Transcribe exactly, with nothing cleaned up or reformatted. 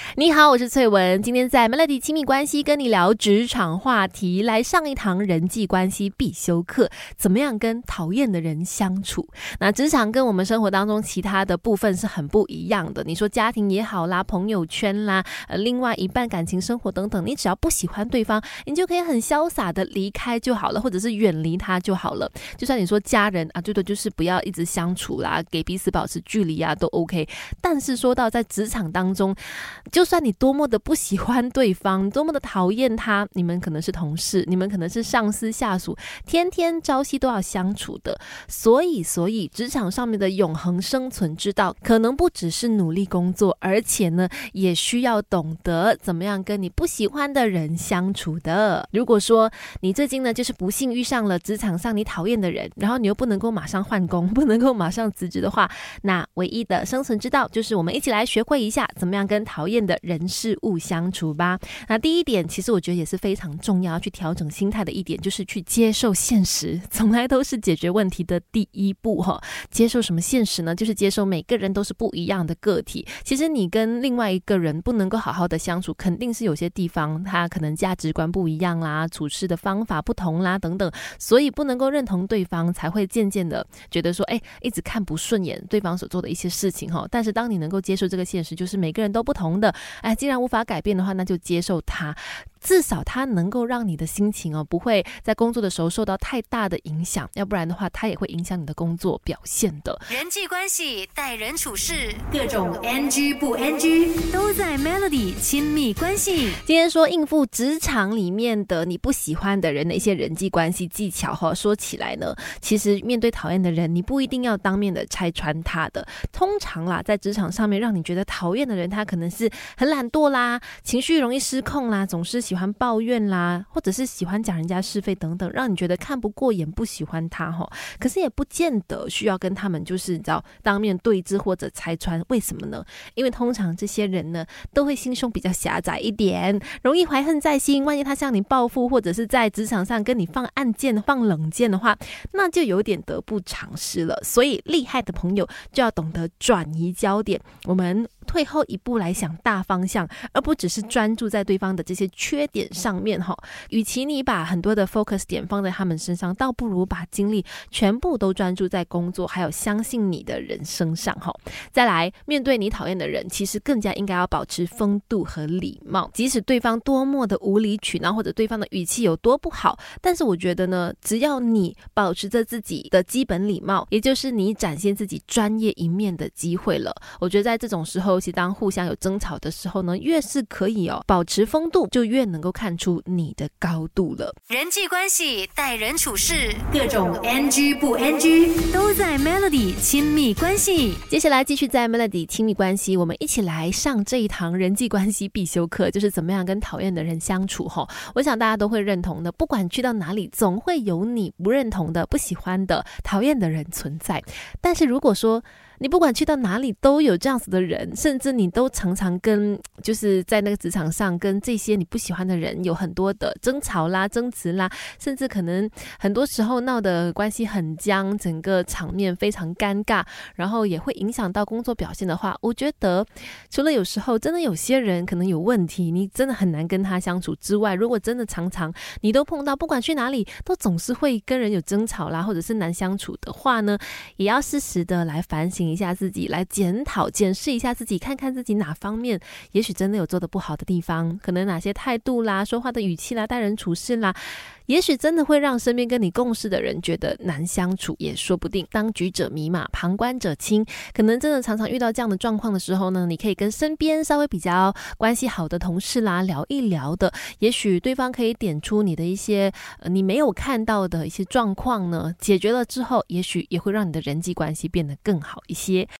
你好，我是翠文，今天在 Melody 亲密关系跟你聊职场话题，来上一堂人际关系必修课，怎么样跟讨厌的人相处。那职场跟我们生活当中其他的部分是很不一样的，你说家庭也好啦，朋友圈啦，呃，另外一半感情生活等等，你只要不喜欢对方，你就可以很潇洒的离开就好了，或者是远离他就好了。就算你说家人啊，最多就是不要一直相处啦，给彼此保持距离啊，都 OK。但是说到在职场当中，就算你多么的不喜欢对方，多么的讨厌他，你们可能是同事，你们可能是上司下属，天天朝夕都要相处的。所以所以职场上面的永恒生存之道，可能不只是努力工作，而且呢也需要懂得怎么样跟你不喜欢的人相处的。如果说你最近呢就是不幸遇上了职场上你讨厌的人，然后你又不能够马上换工，不能够马上辞职的话，那唯一的生存之道就是我们一起来学会一下怎么样跟讨厌的人事物相处吧。那第一点其实我觉得也是非常重要，去调整心态的一点，就是去接受现实，从来都是解决问题的第一步、哦、接受什么现实呢？就是接受每个人都是不一样的个体。其实你跟另外一个人不能够好好的相处，肯定是有些地方他可能价值观不一样啦，处事的方法不同啦等等，所以不能够认同对方，才会渐渐的觉得说哎，一直看不顺眼对方所做的一些事情、哦、但是当你能够接受这个现实，就是每个人都不同的，哎，既然无法改变的话，那就接受它，至少它能够让你的心情哦，不会在工作的时候受到太大的影响，要不然的话它也会影响你的工作表现的。 人际关系、待人处事，各种 N G 不 N G 都在 Melody 亲密关系。 今天说应付职场里面的你不喜欢的人的一些人际关系技巧、哦、说起来呢，其实面对讨厌的人，你不一定要当面的拆穿他的。通常啦，在职场上面让你觉得讨厌的人，他可能是很懒惰啦，情绪容易失控啦，总是喜欢抱怨啦，或者是喜欢讲人家是非等等，让你觉得看不过眼，不喜欢他、哦、可是也不见得需要跟他们就是你知道当面对质或者拆穿。为什么呢？因为通常这些人呢都会心胸比较狭窄一点，容易怀恨在心，万一他向你报复，或者是在职场上跟你放暗箭放冷箭的话，那就有点得不偿失了。所以厉害的朋友就要懂得转移焦点，我们退后一步来想大方向，而不只是专注在对方的这些缺点上面。与其你把很多的 focus 点放在他们身上，倒不如把精力全部都专注在工作还有相信你的人身上。再来，面对你讨厌的人，其实更加应该要保持风度和礼貌，即使对方多么的无理取闹，或者对方的语气有多不好，但是我觉得呢，只要你保持着自己的基本礼貌，也就是你展现自己专业一面的机会了。我觉得在这种时候，其实当互相有争吵的时候呢，越是可以哦保持风度，就越能够看出你的高度了。 人际关系、待人处事，各种 N G 不 N G 都在 Melody 亲密关系。 接下来继续在 Melody 亲密关系，我们一起来上这一堂人际关系必修课，就是怎么样跟讨厌的人相处。我想大家都会认同的，不管去到哪里，总会有你不认同的、不喜欢的、讨厌的人存在。但是如果说你不管去到哪里都有这样子的人，甚至你都常常跟就是在那个职场上跟这些你不喜欢的人有很多的争吵啦、争执啦，甚至可能很多时候闹的关系很僵，整个场面非常尴尬，然后也会影响到工作表现的话，我觉得除了有时候真的有些人可能有问题，你真的很难跟他相处之外，如果真的常常你都碰到不管去哪里都总是会跟人有争吵啦，或者是难相处的话呢，也要适时的来反省一下自己，来检讨检视一下自己，看看自己哪方面也许真的有做得不好的地方，可能哪些态度啦、说话的语气啦、待人处事啦，也许真的会让身边跟你共事的人觉得难相处也说不定。当局者迷嘛，旁观者清，可能真的常常遇到这样的状况的时候呢，你可以跟身边稍微比较关系好的同事啦聊一聊的，也许对方可以点出你的一些、呃、你没有看到的一些状况呢，解决了之后，也许也会让你的人际关系变得更好一些。